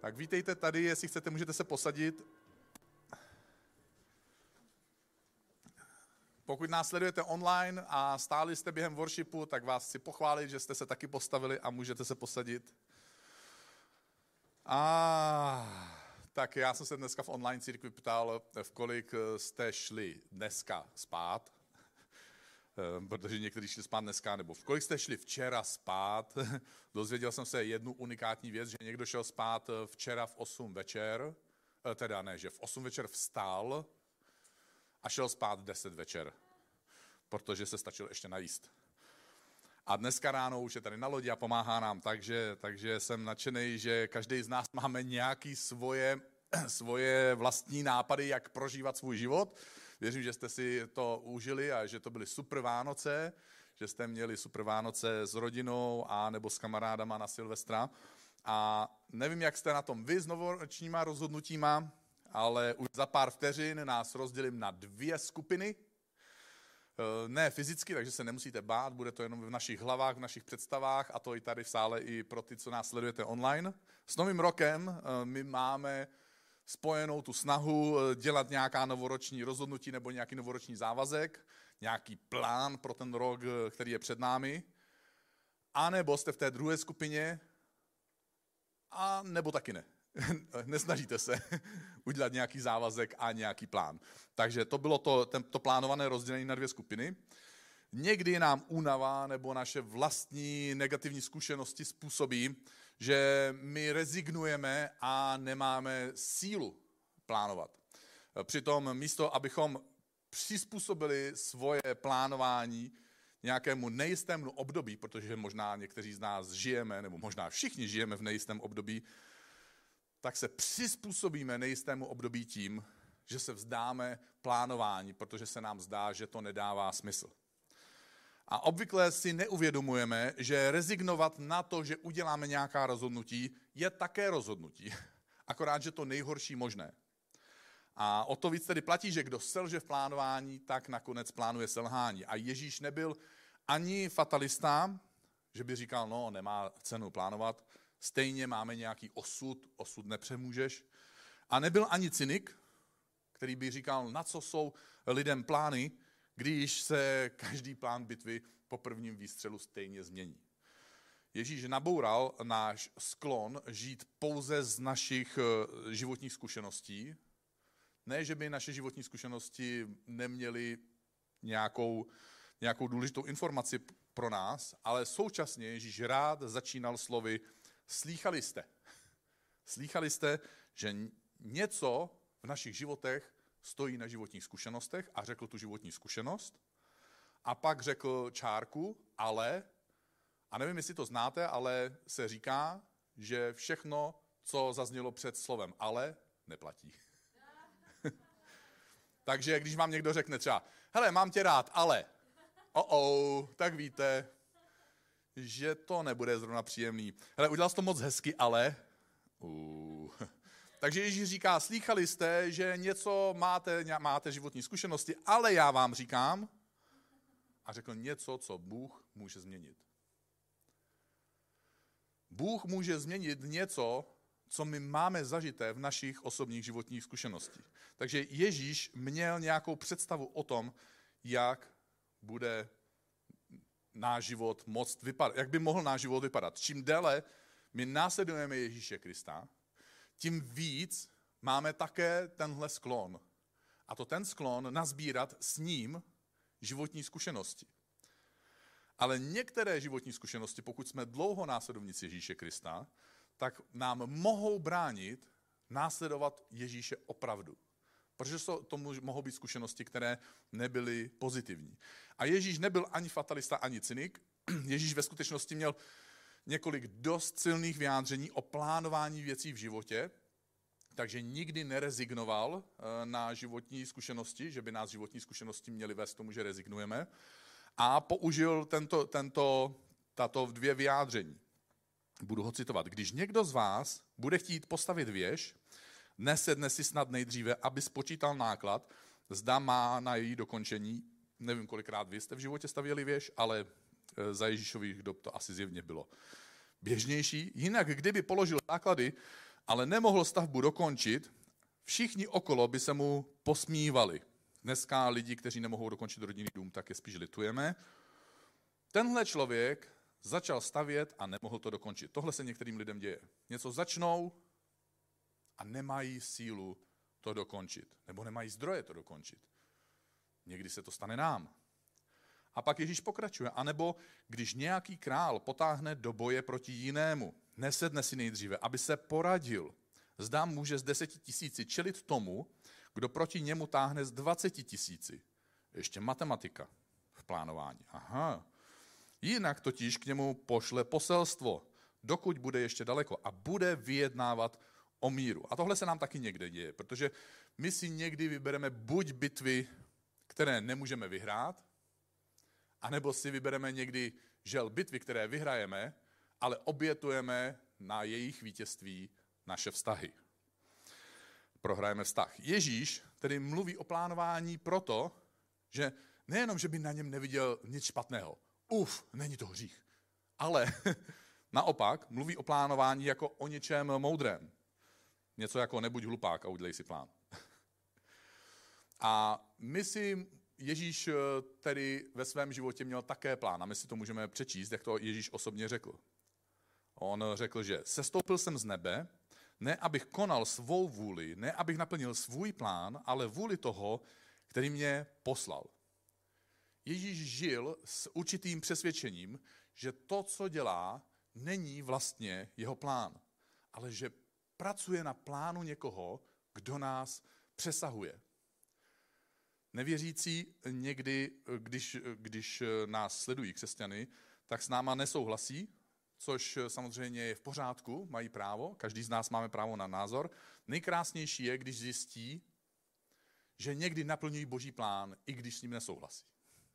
Tak vítejte tady, jestli chcete, můžete se posadit. Pokud nás sledujete online a stáli jste během worshipu, tak vás chci pochválit, že jste se taky postavili a můžete se posadit. Tak já jsem se dneska v online církvi ptal, v kolik jste šli dneska spát, protože někteří šli spát dneska, nebo v kolik jste šli včera spát. Dozvěděl jsem se jednu unikátní věc, že někdo šel spát včera v 8 večer, teda ne, že v 8 večer vstal a šel spát v 10 večer, protože se stačil ještě najíst. A dneska ráno už je tady na lodi a pomáhá nám, takže jsem nadšený, že každý z nás máme nějaké svoje vlastní nápady, jak prožívat svůj život. Věřím, že jste si to užili a že to byly super Vánoce, že jste měli super Vánoce s rodinou a nebo s kamarádama na Silvestra. A nevím, jak jste na tom vy s novoročníma rozhodnutíma, ale už za pár vteřin nás rozdělím na 2 skupiny. Ne fyzicky, takže se nemusíte bát, bude to jenom v našich hlavách, v našich představách a to i tady v sále i pro ty, co nás sledujete online. S Novým rokem my máme spojenou tu snahu dělat nějaká novoroční rozhodnutí nebo nějaký novoroční závazek, nějaký plán pro ten rok, který je před námi, a nebo jste v té druhé skupině, a nebo taky ne. Nesnažíte se udělat nějaký závazek a nějaký plán. Takže to bylo to plánované rozdělení na 2 skupiny. Někdy nám únava nebo naše vlastní negativní zkušenosti způsobí, že my rezignujeme a nemáme sílu plánovat. Přitom místo, abychom přizpůsobili svoje plánování nějakému nejistému období, protože možná někteří z nás žijeme, nebo možná všichni žijeme v nejistém období, tak se přizpůsobíme nejistému období tím, že se vzdáme plánování, protože se nám zdá, že to nedává smysl. A obvykle si neuvědomujeme, že rezignovat na to, že uděláme nějaká rozhodnutí, je také rozhodnutí. Akorát, že to nejhorší možné. A o to víc tedy platí, že kdo selže v plánování, tak nakonec plánuje selhání. A Ježíš nebyl ani fatalista, že by říkal, no, nemá cenu plánovat, stejně máme nějaký osud nepřemůžeš. A nebyl ani cynik, který by říkal, na co jsou lidem plány, když se každý plán bitvy po prvním výstřelu stejně změní. Ježíš naboural náš sklon žít pouze z našich životních zkušeností. Ne, že by naše životní zkušenosti neměly nějakou důležitou informaci pro nás, ale současně Ježíš rád začínal slovy slýchali jste. Slýchali jste, že něco v našich životech stojí na životních zkušenostech a řekl tu životní zkušenost a pak řekl čárku, ale, a nevím, jestli to znáte, ale se říká, že všechno, co zaznělo před slovem ale, neplatí. Takže když vám někdo řekne třeba, hele, mám tě rád, ale, tak víte, že to nebude zrovna příjemný. Hele, udělal jsi to moc hezky, ale, Takže Ježíš říká, slýchali jste, že něco máte životní zkušenosti, ale já vám říkám, a řekl něco, co Bůh může změnit. Bůh může změnit něco, co my máme zažité v našich osobních životních zkušenostích. Takže Ježíš měl nějakou představu o tom, jak bude náš život moct vypadat, jak by mohl náš život vypadat. Čím déle my následujeme Ježíše Krista, tím víc máme také tenhle sklon. A to ten sklon nazbírat s ním životní zkušenosti. Ale některé životní zkušenosti, pokud jsme dlouho následovníci Ježíše Krista, tak nám mohou bránit následovat Ježíše opravdu. Protože to mohou být zkušenosti, které nebyly pozitivní. A Ježíš nebyl ani fatalista, ani cynik. Ježíš ve skutečnosti měl několik dost silných vyjádření o plánování věcí v životě, takže nikdy nerezignoval na životní zkušenosti, že by nás životní zkušenosti měly vést k tomu, že rezignujeme. A použil tato 2 vyjádření. Budu ho citovat. Když někdo z vás bude chtít postavit věž, nesedne si snad nejdříve, aby spočítal náklad, zda má na její dokončení. Nevím, kolikrát vy jste v životě stavěli věž, ale za Ježíšových dob to asi zjevně bylo běžnější. Jinak, kdyby položil základy ale nemohl stavbu dokončit, všichni okolo by se mu posmívali. Dneska lidi, kteří nemohou dokončit rodinný dům, tak je spíš litujeme. Tenhle člověk začal stavět a nemohl to dokončit. Tohle se některým lidem děje. Něco začnou a nemají sílu to dokončit. Nebo nemají zdroje to dokončit. Někdy se to stane nám. A pak Ježíš pokračuje. A nebo když nějaký král potáhne do boje proti jinému, nesedne si nejdříve, aby se poradil. Zda může z 10 000 čelit tomu, kdo proti němu táhne z 20 000. Ještě matematika v plánování. Aha. Jinak totiž k němu pošle poselstvo, dokud bude ještě daleko a bude vyjednávat o míru. A tohle se nám taky někde děje, protože my si někdy vybereme buď bitvy, které nemůžeme vyhrát, anebo si vybereme někdy žel bitvy, které vyhrajeme, ale obětujeme na jejich vítězství naše vztahy. Prohrajeme vztah. Ježíš tedy mluví o plánování proto, že nejenom, že by na něm neviděl nic špatného. Není to hřích. Ale naopak mluví o plánování jako o něčem moudrém. Něco jako nebuď hlupák a udělej si plán. A Ježíš tedy ve svém životě měl také plán a my si to můžeme přečíst, jak to Ježíš osobně řekl. On řekl, že sestoupil jsem z nebe, ne abych konal svou vůli, ne abych naplnil svůj plán, ale vůli toho, který mě poslal. Ježíš žil s určitým přesvědčením, že to, co dělá, není vlastně jeho plán, ale že pracuje na plánu někoho, kdo nás přesahuje. Nevěřící někdy, když nás sledují křesťany, tak s náma nesouhlasí, což samozřejmě je v pořádku, mají právo, každý z nás máme právo na názor. Nejkrásnější je, když zjistí, že někdy naplňují Boží plán, i když s ním nesouhlasí.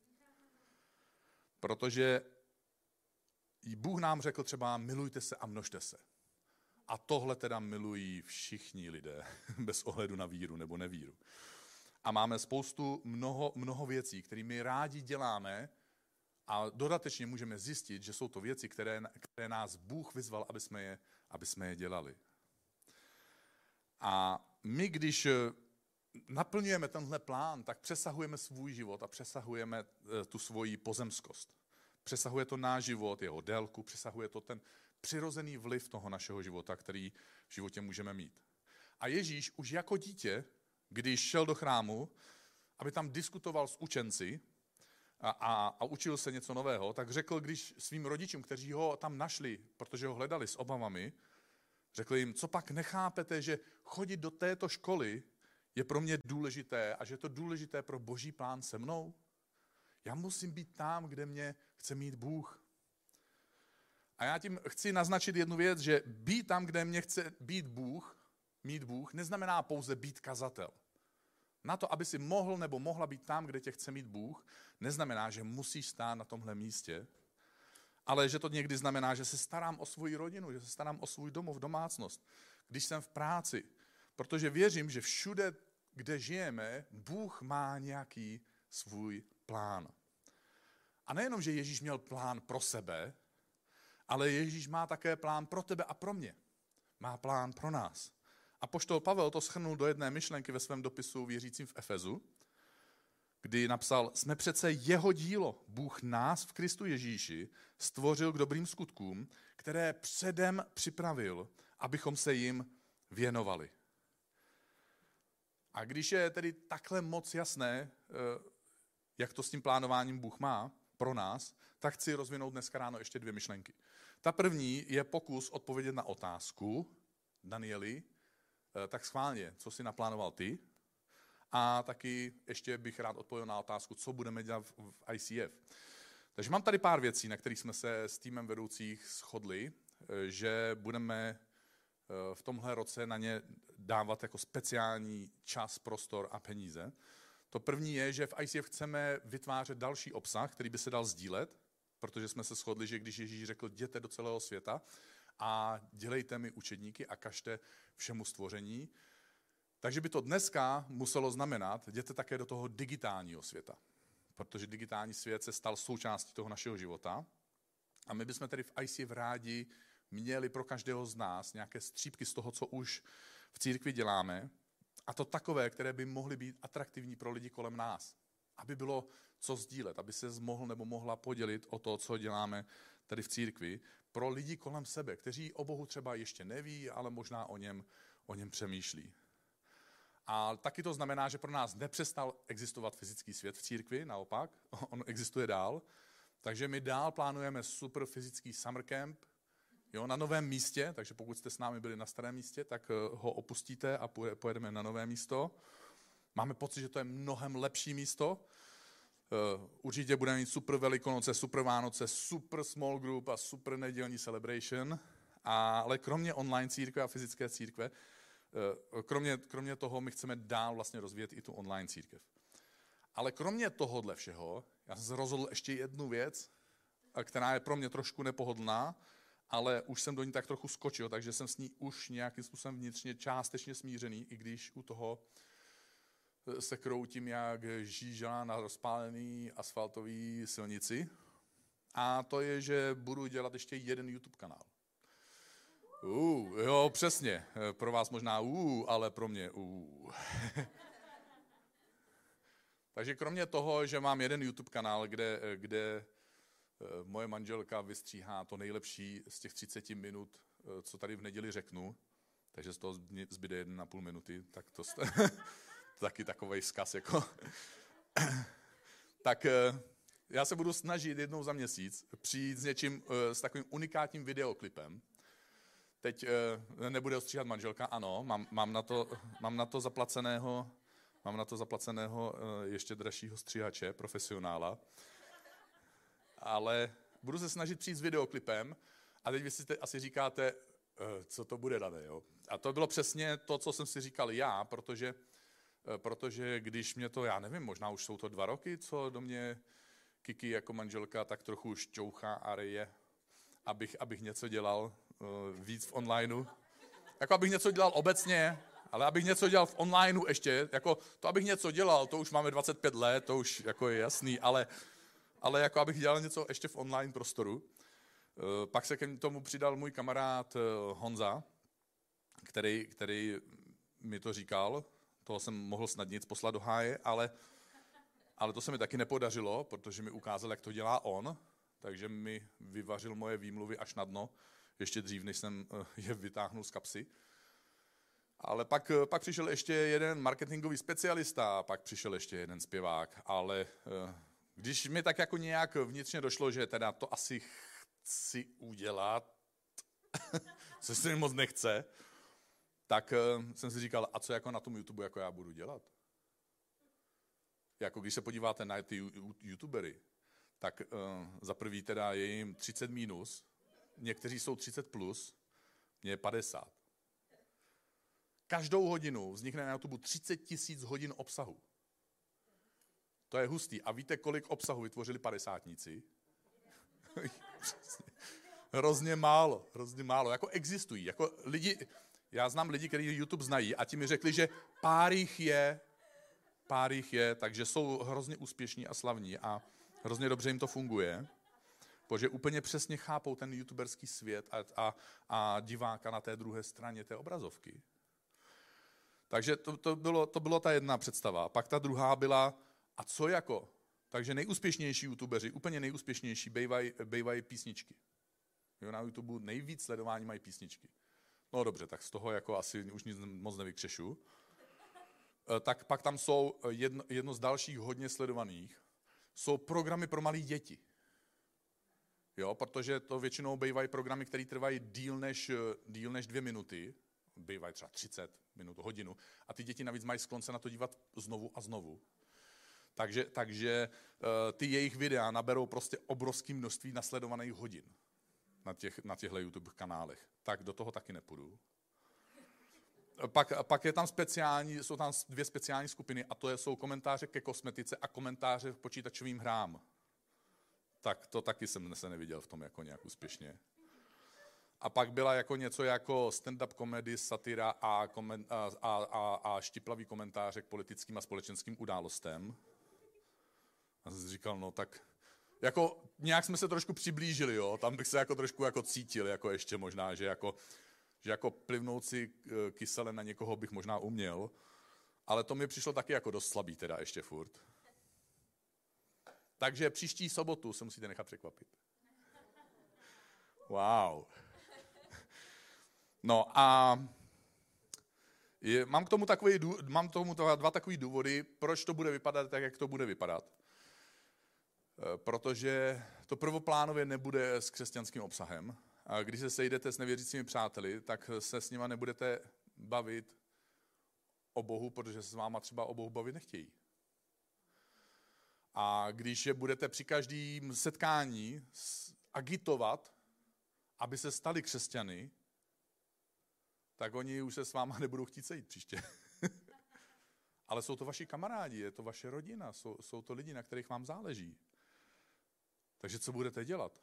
Protože Bůh nám řekl třeba milujte se a množte se. A tohle teda milují všichni lidé, bez ohledu na víru nebo nevíru. A máme spoustu mnoho věcí, které my rádi děláme a dodatečně můžeme zjistit, že jsou to věci, které nás Bůh vyzval, aby jsme je dělali. A my, když naplňujeme tenhle plán, tak přesahujeme svůj život a přesahujeme tu svoji pozemskost. Přesahuje to náš život, jeho délku, přesahuje to ten přirozený vliv toho našeho života, který v životě můžeme mít. A Ježíš už jako dítě, když šel do chrámu, aby tam diskutoval s učenci a učil se něco nového, tak řekl, když svým rodičům, kteří ho tam našli, protože ho hledali s obavami, řekl jim, co pak nechápete, že chodit do této školy je pro mě důležité a že je to důležité pro Boží plán se mnou? Já musím být tam, kde mě chce mít Bůh. A já tím chci naznačit jednu věc, že být tam, kde mě chce mít Bůh, neznamená pouze být kazatel. Na to, aby si mohl nebo mohla být tam, kde tě chce mít Bůh, neznamená, že musíš stát na tomhle místě, ale že to někdy znamená, že se starám o svou rodinu, že se starám o svůj domov, domácnost, když jsem v práci. Protože věřím, že všude, kde žijeme, Bůh má nějaký svůj plán. A nejenom, že Ježíš měl plán pro sebe, ale Ježíš má také plán pro tebe a pro mě. Má plán pro nás. Apoštol Pavel to shrnul do jedné myšlenky ve svém dopisu věřícím v Efezu, kdy napsal, jsme přece jeho dílo. Bůh nás v Kristu Ježíši stvořil k dobrým skutkům, které předem připravil, abychom se jim věnovali. A když je tedy takhle moc jasné, jak to s tím plánováním Bůh má pro nás, tak chci rozvinout dneska ráno ještě 2 myšlenky. Ta první je pokus odpovědět na otázku, Danieli, tak schválně, co jsi naplánoval ty? A taky ještě bych rád odpověděl na otázku, co budeme dělat v ICF. Takže mám tady pár věcí, na kterých jsme se s týmem vedoucích shodli, že budeme v tomhle roce na ně dávat jako speciální čas, prostor a peníze. To první je, že v ICF chceme vytvářet další obsah, který by se dal sdílet, protože jsme se shodli, že když Ježíš řekl, jděte do celého světa a dělejte mi učedníky a kažte všemu stvoření, takže by to dneska muselo znamenat, jděte také do toho digitálního světa, protože digitální svět se stal součástí toho našeho života a my bychom tedy v ICF rádi měli pro každého z nás nějaké střípky z toho, co už v církvi děláme, a to takové, které by mohly být atraktivní pro lidi kolem nás. Aby bylo co sdílet, aby se mohl nebo mohla podělit o to, co děláme tady v církvi, pro lidi kolem sebe, kteří o Bohu třeba ještě neví, ale možná o něm přemýšlí. A taky to znamená, že pro nás nepřestal existovat fyzický svět v církvi, naopak, on existuje dál. Takže my dál plánujeme super fyzický summer camp, jo, na novém místě, takže pokud jste s námi byli na starém místě, tak ho opustíte a pojedeme na nové místo. Máme pocit, že to je mnohem lepší místo. Určitě budeme mít super Velikonoce, super Vánoce, super small group a super nedělní celebration. Ale kromě online církve a fyzické církve, kromě toho my chceme dál vlastně rozvíjet i tu online církev. Ale kromě tohohle všeho, já jsem se rozhodl ještě jednu věc, která je pro mě trošku nepohodlná, ale už jsem do ní tak trochu skočil, takže jsem s ní už nějakým způsobem vnitřně částečně smířený, i když u toho se kroutím jak žížela na rozpálený asfaltový silnici. A to je, že budu dělat ještě jeden YouTube kanál. Jo, přesně. Pro vás možná ale pro mě Takže kromě toho, že mám jeden YouTube kanál, kde moje manželka vystříhá to nejlepší z těch 30 minut, co tady v neděli řeknu, takže z toho zbyde 1,5 minuty, tak to taky takovej vzkaz. Jako. Tak já se budu snažit jednou za měsíc přijít s něčím, s takovým unikátním videoklipem. Teď nebude ostříhat manželka, ano, mám na to zaplaceného ještě dražšího stříhače, profesionála. Ale budu se snažit přijít s videoklipem a teď vy si asi říkáte, co to bude, Dane, jo? A to bylo přesně to, co jsem si říkal já, protože když mě to, já nevím, možná už jsou to 2 roky, co do mě Kiki jako manželka tak trochu šťouchá a reje, abych něco dělal víc v onlineu. Jako abych něco dělal obecně, ale abych něco dělal v onlineu ještě, jako to, abych něco dělal, to už máme 25 let, to už jako je jasný, ale jako abych dělal něco ještě v online prostoru. Pak se k tomu přidal můj kamarád Honza, který mi to říkal, toho jsem mohl snad nic poslat do háje, ale to se mi taky nepodařilo, protože mi ukázal, jak to dělá on, takže mi vyvařil moje výmluvy až na dno, ještě dřív, než jsem je vytáhnul z kapsy. Ale pak přišel ještě jeden marketingový specialista, pak přišel ještě jeden zpěvák, ale když mi tak jako nějak vnitřně došlo, že teda to asi chci udělat, což se mi moc nechce, tak jsem si říkal, a co jako na tom YouTube jako já budu dělat? Jako když se podíváte na ty YouTubery, tak za prvý teda je jim 30 minus, někteří jsou 30 plus, mě je 50. Každou hodinu vznikne na YouTube 30 000 hodin obsahu. To je hustý. A víte, kolik obsahu vytvořili 50tníci? Hrozně málo. Jako existují. Jako lidi, já znám lidi, kteří YouTube znají a ti mi řekli, že pár jich je, takže jsou hrozně úspěšní a slavní a hrozně dobře jim to funguje, protože úplně přesně chápou ten youtuberský svět a diváka na té druhé straně té obrazovky. Takže to bylo ta jedna představa. Pak ta druhá byla, a co jako? Takže nejúspěšnější youtubeři, úplně nejúspěšnější, bejvají písničky. Jo, na YouTube nejvíc sledování mají písničky. No dobře, tak z toho jako asi už nic moc nevykřešu. Tak pak tam jsou jedno z dalších hodně sledovaných, jsou programy pro malé děti. Jo, protože to většinou bývají programy, které trvají díl než 2 minuty, bývají třeba 30 minut, hodinu, a ty děti navíc mají sklon se na to dívat znovu a znovu. Takže ty jejich videa naberou prostě obrovské množství nasledovaných hodin na těchto YouTube kanálech. Tak do toho taky nepůjdu. Pak je tam jsou tam 2 speciální skupiny a to jsou komentáře ke kosmetice a komentáře k počítačovým hrám. Tak to taky jsem se neviděl v tom jako nějak úspěšně. A pak byla jako něco jako stand-up komedy, satira a štiplavý komentáře k politickým a společenským událostem. A jsem si říkal, no tak jako nějak jsme se trošku přiblížili, jo, tam bych se jako trošku jako cítil, jako ještě možná, že jako plivnout si kysele na někoho bych možná uměl, ale to mi přišlo taky jako dost slabý teda ještě furt. Takže příští sobotu se musíte nechat překvapit. Wow. No a mám k tomu dva takové důvody, proč to bude vypadat tak, jak to bude vypadat. Protože to prvoplánově nebude s křesťanským obsahem. A když se sejdete s nevěřícími přáteli, tak se s nima nebudete bavit o Bohu, protože se s váma třeba o Bohu bavit nechtějí. A když je budete při každém setkání agitovat, aby se stali křesťany, tak oni už se s váma nebudou chtít sejít příště. Ale jsou to vaši kamarádi, je to vaše rodina, jsou to lidi, na kterých vám záleží. Takže co budete dělat?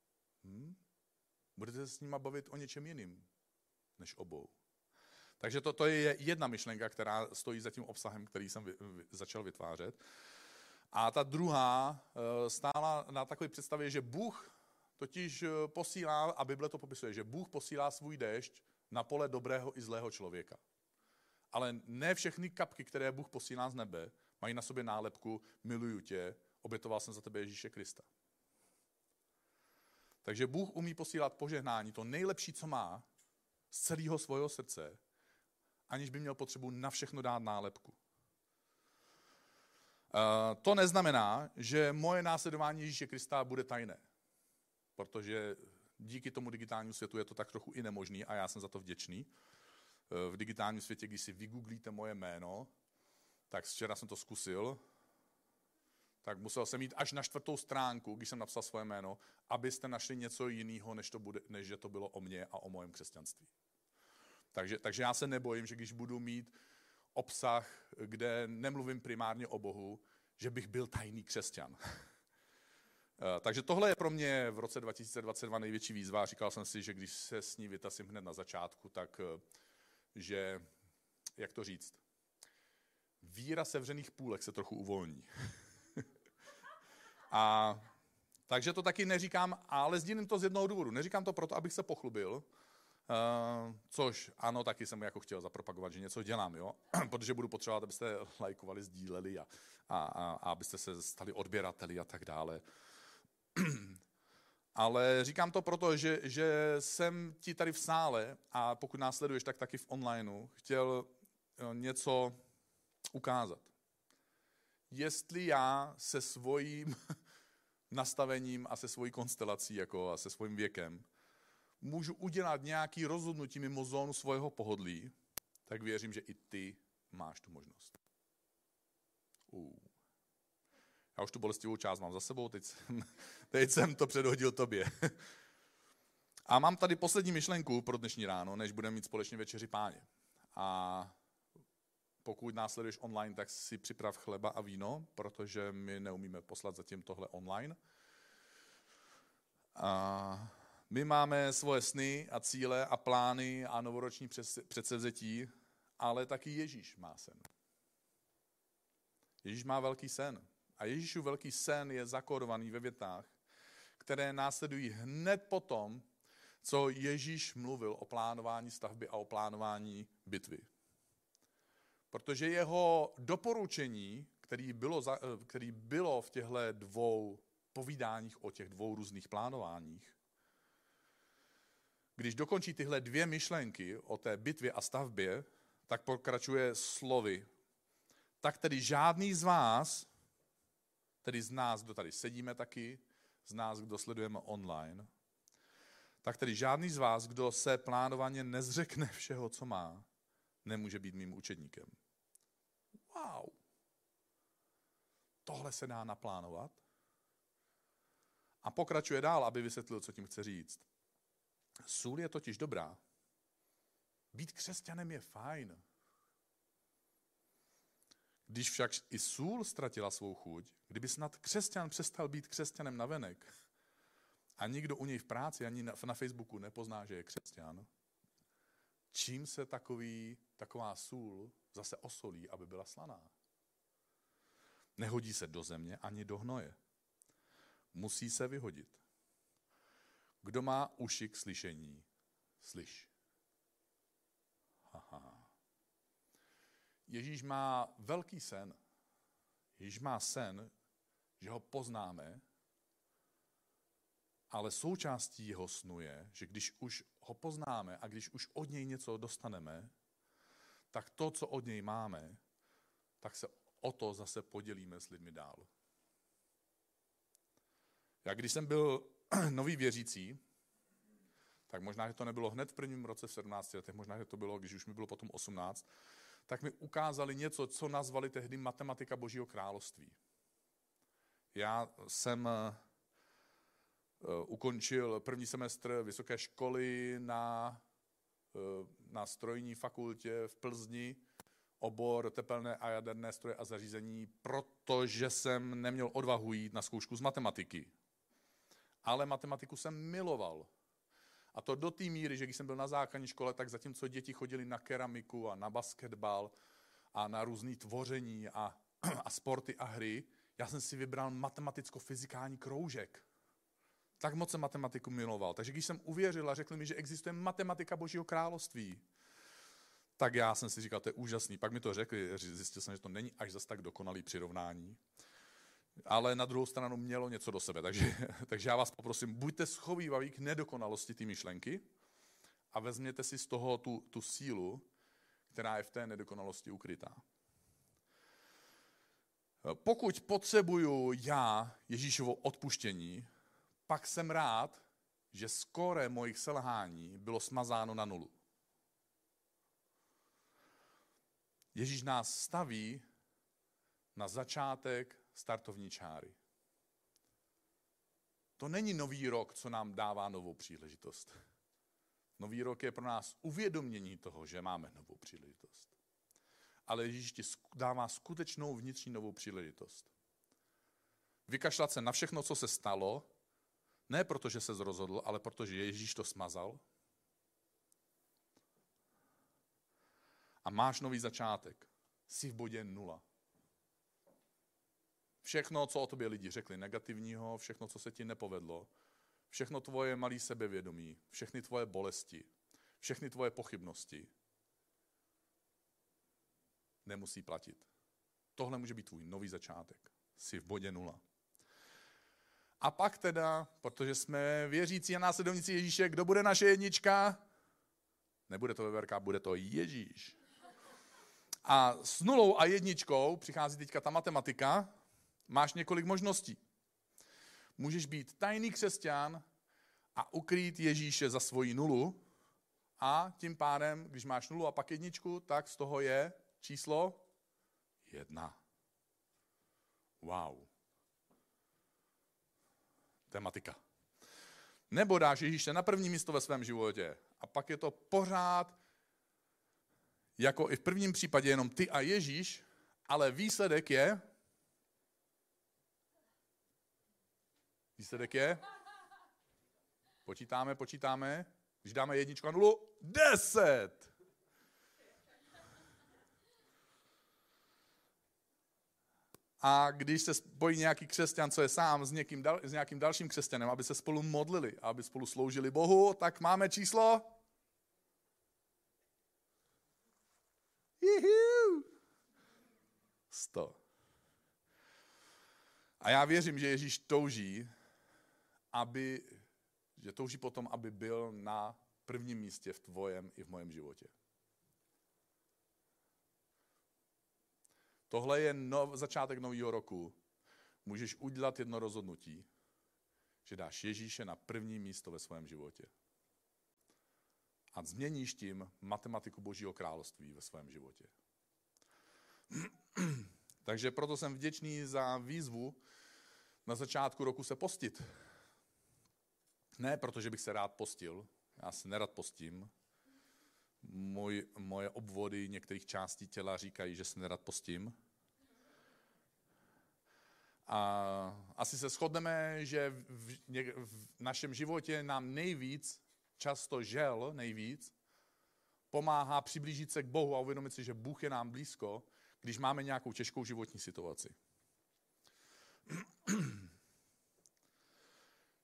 Budete se s nima bavit o něčem jiným, než o Bohu. Takže to je jedna myšlenka, která stojí za tím obsahem, který jsem začal vytvářet. A ta druhá stála na takové představě, že Bůh totiž posílá, a Bible to popisuje, že Bůh posílá svůj déšť na pole dobrého i zlého člověka. Ale ne všechny kapky, které Bůh posílá z nebe, mají na sobě nálepku miluju tě, obětoval jsem za tebe Ježíše Krista. Takže Bůh umí posílat požehnání, to nejlepší, co má, z celého svého srdce, aniž by měl potřebu na všechno dát nálepku. To neznamená, že moje následování Ježíše Krista bude tajné, protože díky tomu digitálnímu světu je to tak trochu i nemožný a já jsem za to vděčný. V digitálním světě, když si vygooglíte moje jméno, tak včera jsem to zkusil, tak musel jsem jít až na 4. stránku, když jsem napsal svoje jméno, abyste našli něco jiného, než že to bylo o mně a o mojem křesťanství. Takže já se nebojím, že když budu mít obsah, kde nemluvím primárně o Bohu, že bych byl tajný křesťan. Takže tohle je pro mě v roce 2022 největší výzva. Říkal jsem si, že když se s ní vytasím hned na začátku, tak že, jak to říct, víra sevřených půlek se trochu uvolní. A takže to taky neříkám, ale sdílím to z jednoho důvodu. Neříkám to proto, abych se pochlubil, což ano, taky jsem jako chtěl zapropagovat, že něco dělám, jo? Protože budu potřebovat, abyste lajkovali, sdíleli a abyste se stali odběrateli a tak dále. Ale říkám to proto, že jsem ti tady v sále a pokud nás sleduješ, tak taky v onlineu chtěl něco ukázat. Jestli já se svým nastavením a se svojí konstelací jako a se svým věkem můžu udělat nějaký rozhodnutí mimo zónu svého pohodlí, tak věřím, že i ty máš tu možnost. Já už tu bolestivou část mám za sebou, teď jsem to předhodil tobě. A mám tady poslední myšlenku pro dnešní ráno, než budeme mít společně večeři Páně. A pokud následuješ online, tak si připrav chleba a víno, protože my neumíme poslat zatím tohle online. A my máme svoje sny a cíle a plány a novoroční předsevzetí, ale taky Ježíš má sen. Ježíš má velký sen. A Ježíšův velký sen je zakódovaný ve větách, které následují hned potom, co Ježíš mluvil o plánování stavby a o plánování bitvy. Protože jeho doporučení, který bylo v těchto dvou povídáních o těch dvou různých plánováních, když dokončí tyhle dvě myšlenky o té bitvě a stavbě, tak pokračuje slovy. Tak tedy žádný z vás, tedy z nás, kdo tady sedíme taky, z nás, kdo sledujeme online, tak tedy žádný z vás, kdo se plánovaně nezřekne všeho, co má, nemůže být mým učedníkem. Wow. Tohle se dá naplánovat. A pokračuje dál, aby vysvětlil, co tím chce říct. Sůl je totiž dobrá. Být křesťanem je fajn. Když však i sůl ztratila svou chuť, kdyby snad křesťan přestal být křesťanem navenek a nikdo u něj v práci ani na Facebooku nepozná, že je křesťan, čím se taková sůl zase osolí, aby byla slaná? Nehodí se do země ani do hnoje. musí se vyhodit. Kdo má uši k slyšení, slyš. Aha. Ježíš má velký sen. Ježíš má sen, že ho poznáme, ale součástí jeho snu je, že když už ho poznáme a když už od něj něco dostaneme, tak to, co od něj máme, tak se o to zase podělíme s lidmi dál. Já když jsem byl nový věřící, tak možná, že to nebylo hned v prvním roce v 17 letech, možná, že to bylo, když už mi bylo potom 18, tak mi ukázali něco, co nazvali tehdy matematika Božího království. Já jsem ukončil první semestr vysoké školy na strojní fakultě v Plzni, obor tepelné a jaderné stroje a zařízení, protože jsem neměl odvahu jít na zkoušku z matematiky. Ale matematiku jsem miloval. A to do té míry, že když jsem byl na základní škole, tak zatímco děti chodili na keramiku a na basketbal a na různé tvoření a sporty a hry, já jsem si vybral matematicko-fyzikální kroužek. Tak moc jsem matematiku miloval. Takže když jsem uvěřil a řekli mi, že existuje matematika Božího království, tak já jsem si říkal, to je úžasný. Pak mi to řekli, zjistil jsem, že to není až zas tak dokonalý přirovnání. Ale na druhou stranu mělo něco do sebe. Takže já vás poprosím, buďte schovývaví k nedokonalosti té myšlenky a vezměte si z toho tu sílu, která je v té nedokonalosti ukrytá. Pokud potřebuju já Ježíšovo odpuštění, pak jsem rád, že skóre mojich selhání bylo smazáno na nulu. Ježíš nás staví na začátek startovní čáry. To není nový rok, co nám dává novou příležitost. Nový rok je pro nás uvědomění toho, že máme novou příležitost. Ale Ježíš ti dává skutečnou vnitřní novou příležitost. Vykašlat se na všechno, co se stalo, ne proto, že se rozhodl, ale protože Ježíš to smazal. A máš nový začátek. Jsi v bodě 0. Všechno, co o tobě lidi řekli negativního, všechno, co se ti nepovedlo, všechno tvoje malé sebevědomí, všechny tvoje bolesti, všechny tvoje pochybnosti nemusí platit. Tohle může být tvůj nový začátek. Jsi v bodě 0. A pak teda, protože jsme věřící a následovníci Ježíše, kdo bude naše jednička? Nebude to veverka, bude to Ježíš. A s 0 a 1 přichází teďka ta matematika. Máš několik možností. Můžeš být tajný křesťan a ukrýt Ježíše za svoji 0 a tím pádem, když máš 0 a pak 1, tak z toho je číslo 1. Wow. Tematika. Nebo dáš Ježíše na první místo ve svém životě a pak je to pořád, jako i v prvním případě, jenom ty a Ježíš, ale výsledek je, počítáme, když dáme 1 a 0, 10. A když se spojí nějaký křesťan, co je sám s nějakým dalším křesťanem, aby se spolu modlili, aby spolu sloužili Bohu, tak máme číslo 100. A já věřím, že Ježíš touží potom, aby byl na prvním místě v tvojem i v mojem životě. Tohle je začátek nového roku. Můžeš udělat jedno rozhodnutí, že dáš Ježíše na první místo ve svém životě. A změníš tím matematiku Božího království ve svém životě. Takže proto jsem vděčný za výzvu na začátku roku se postit. Ne protože bych se rád postil, já se nerad postím. Moje obvody některých částí těla říkají, že se nerad postím. A asi se shodneme, že v našem životě nám často nejvíc, pomáhá přiblížit se k Bohu a uvědomit si, že Bůh je nám blízko, když máme nějakou těžkou životní situaci.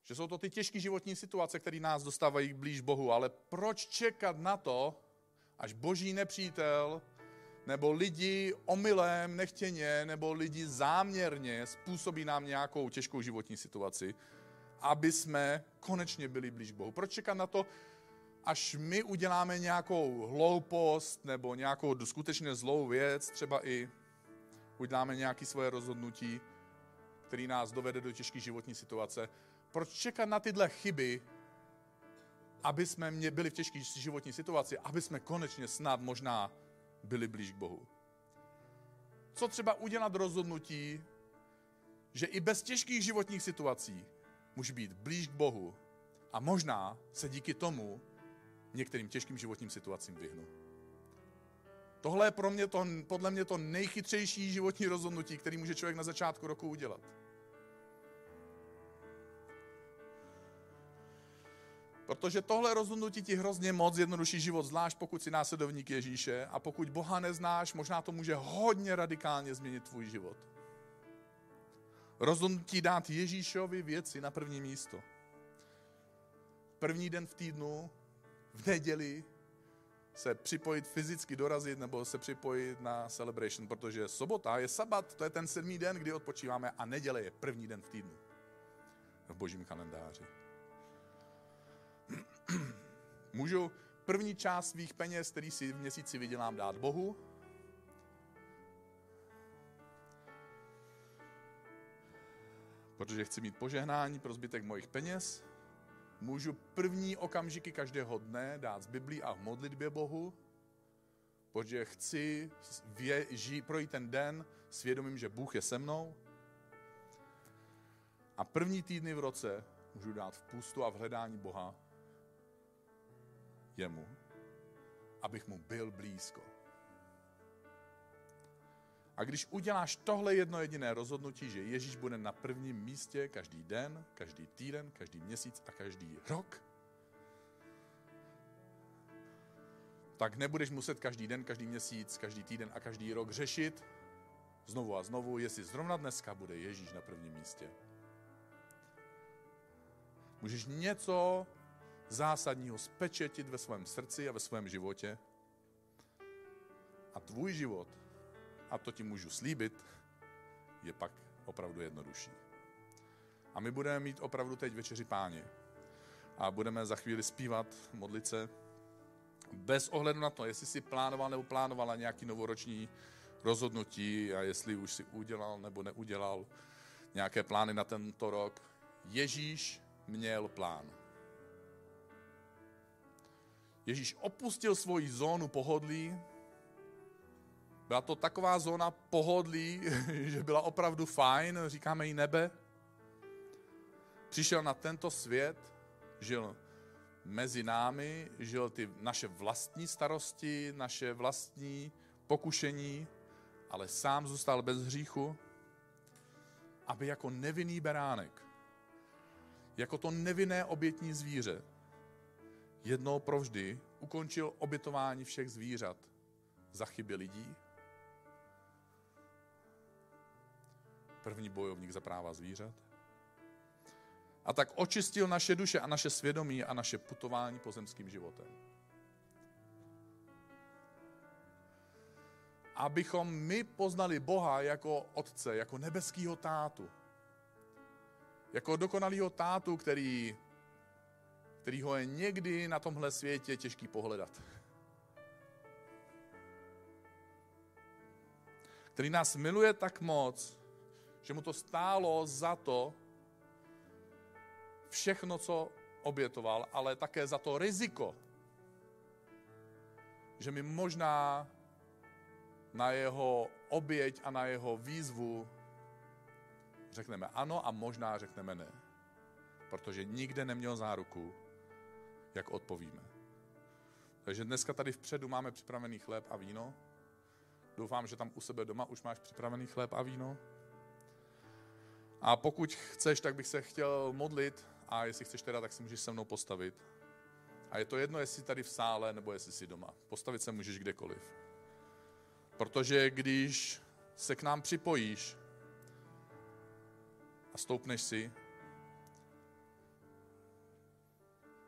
Že jsou to ty těžké životní situace, které nás dostávají blíž Bohu. Ale proč čekat na to, až boží nepřítel, nebo lidi omylem, nechtěně, nebo lidi záměrně způsobí nám nějakou těžkou životní situaci, aby jsme konečně byli blíž Bohu. Proč čekat na to, až my uděláme nějakou hloupost nebo nějakou skutečně zlou věc, třeba i uděláme nějaké svoje rozhodnutí, který nás dovede do těžké životní situace. Proč čekat na tyhle chyby, aby jsme byli v těžké životní situaci, aby jsme konečně snad možná byli blíž k Bohu? Co třeba udělat rozhodnutí, že i bez těžkých životních situací může být blíž k Bohu a možná se díky tomu některým těžkým životním situacím vyhnu. Tohle je podle mě to nejchytřejší životní rozhodnutí, který může člověk na začátku roku udělat. Protože tohle rozhodnutí ti hrozně moc zjednoduší život, zvlášť pokud jsi následovník Ježíše a pokud Boha neznáš, možná to může hodně radikálně změnit tvůj život. Rozhodnutí dát Ježíšovi věci na první místo. První den v týdnu, v neděli, se připojit fyzicky, dorazit nebo se připojit na celebration, protože sobota je sabat, to je ten 7. den, kdy odpočíváme a neděle je první den v týdnu v božím kalendáři. Můžu první část svých peněz, který si v měsíci vydělám, dát Bohu. Protože chci mít požehnání pro zbytek mojich peněz. Můžu první okamžiky každého dne dát z Biblii a v modlitbě Bohu. Protože chci projít ten den s vědomím, že Bůh je se mnou. A první týdny v roce můžu dát v půstu a v hledání Boha jemu, abych mu byl blízko. A když uděláš tohle jedno jediné rozhodnutí, že Ježíš bude na prvním místě každý den, každý týden, každý měsíc a každý rok, tak nebudeš muset každý den, každý měsíc, každý týden a každý rok řešit znovu a znovu, jestli zrovna dneska bude Ježíš na prvním místě. Můžeš něco zásadního spečetit ve svém srdci a ve svém životě a tvůj život, a to ti můžu slíbit, je pak opravdu jednodušší. A my budeme mít opravdu teď večeři Páně a budeme za chvíli zpívat, modlit se, bez ohledu na to, jestli si plánoval nebo plánovala nějaký novoroční rozhodnutí a jestli už si udělal nebo neudělal nějaké plány na tento rok. Ježíš měl plán. Ježíš opustil svoji zónu pohodlí. Byla to taková zóna pohodlí, že byla opravdu fajn, říkáme jí nebe. Přišel na tento svět, žil mezi námi, žil ty naše vlastní starosti, naše vlastní pokušení, ale sám zůstal bez hříchu, aby jako nevinný beránek, jako to nevinné obětní zvíře, jednou provždy ukončil obětování všech zvířat za chyby lidí. První bojovník za práva zvířat. A tak očistil naše duše a naše svědomí a naše putování pozemským životem. Abychom my poznali Boha jako Otce, jako nebeskýho tátu. Jako dokonalýho tátu, kterýho je někdy na tomhle světě těžký pohledat. Který nás miluje tak moc, že mu to stálo za to všechno, co obětoval, ale také za to riziko, že my možná na jeho oběť a na jeho výzvu řekneme ano a možná řekneme ne. Protože nikde neměl záruku, jak odpovíme. Takže dneska tady vpředu máme připravený chléb a víno. Doufám, že tam u sebe doma už máš připravený chléb a víno. A pokud chceš, tak bych se chtěl modlit a jestli chceš teda, tak si můžeš se mnou postavit. A je to jedno, jestli tady v sále, nebo jestli jsi doma. Postavit se můžeš kdekoliv. Protože když se k nám připojíš a stoupneš si,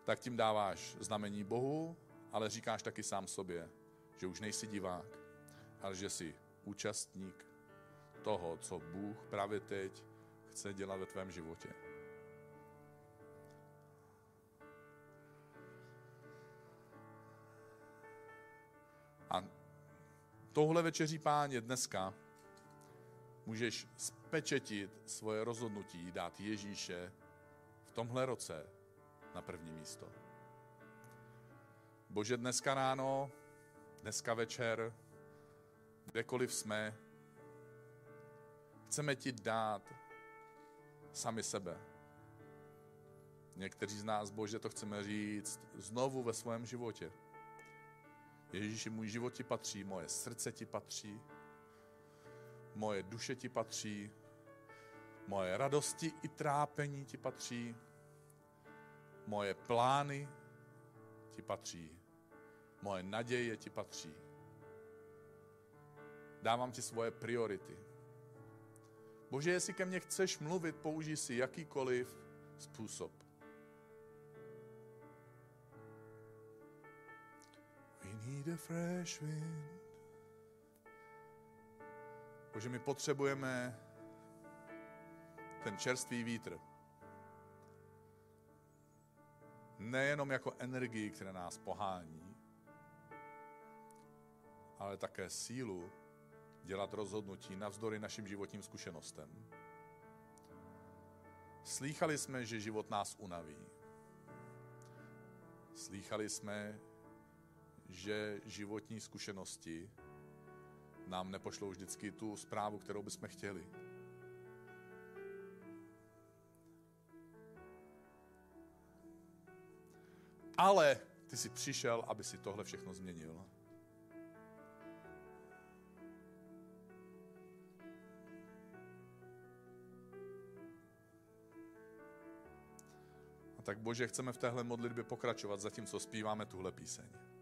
tak tím dáváš znamení Bohu, ale říkáš taky sám sobě, že už nejsi divák, ale že jsi účastník toho, co Bůh právě teď chce dělat ve tvém životě. A touhle večeří Páně dneska můžeš spečetit svoje rozhodnutí, dát Ježíše v tomhle roce na první místo. Bože, dneska ráno, dneska večer, kdekoliv jsme, chceme ti dát sami sebe. Někteří z nás, Bože, to chceme říct znovu ve svém životě. Ježíši, můj život ti patří, moje srdce ti patří, moje duše ti patří, moje radosti i trápení ti patří, moje plány ti patří, moje naděje ti patří. Dávám ti svoje priority. Bože, jestli ke mně chceš mluvit, použij si jakýkoliv způsob. We need a fresh wind. Bože, my potřebujeme ten čerstvý vítr. Nejenom jako energii, která nás pohání, ale také sílu dělat rozhodnutí navzdory našim životním zkušenostem. Slýchali jsme, že život nás unaví. Slýchali jsme, že životní zkušenosti nám nepošlou vždycky tu zprávu, kterou bychom chtěli. Ale ty jsi přišel, aby si tohle všechno změnil. A tak Bože, chceme v téhle modlitbě pokračovat, zatímco zpíváme tuhle píseň.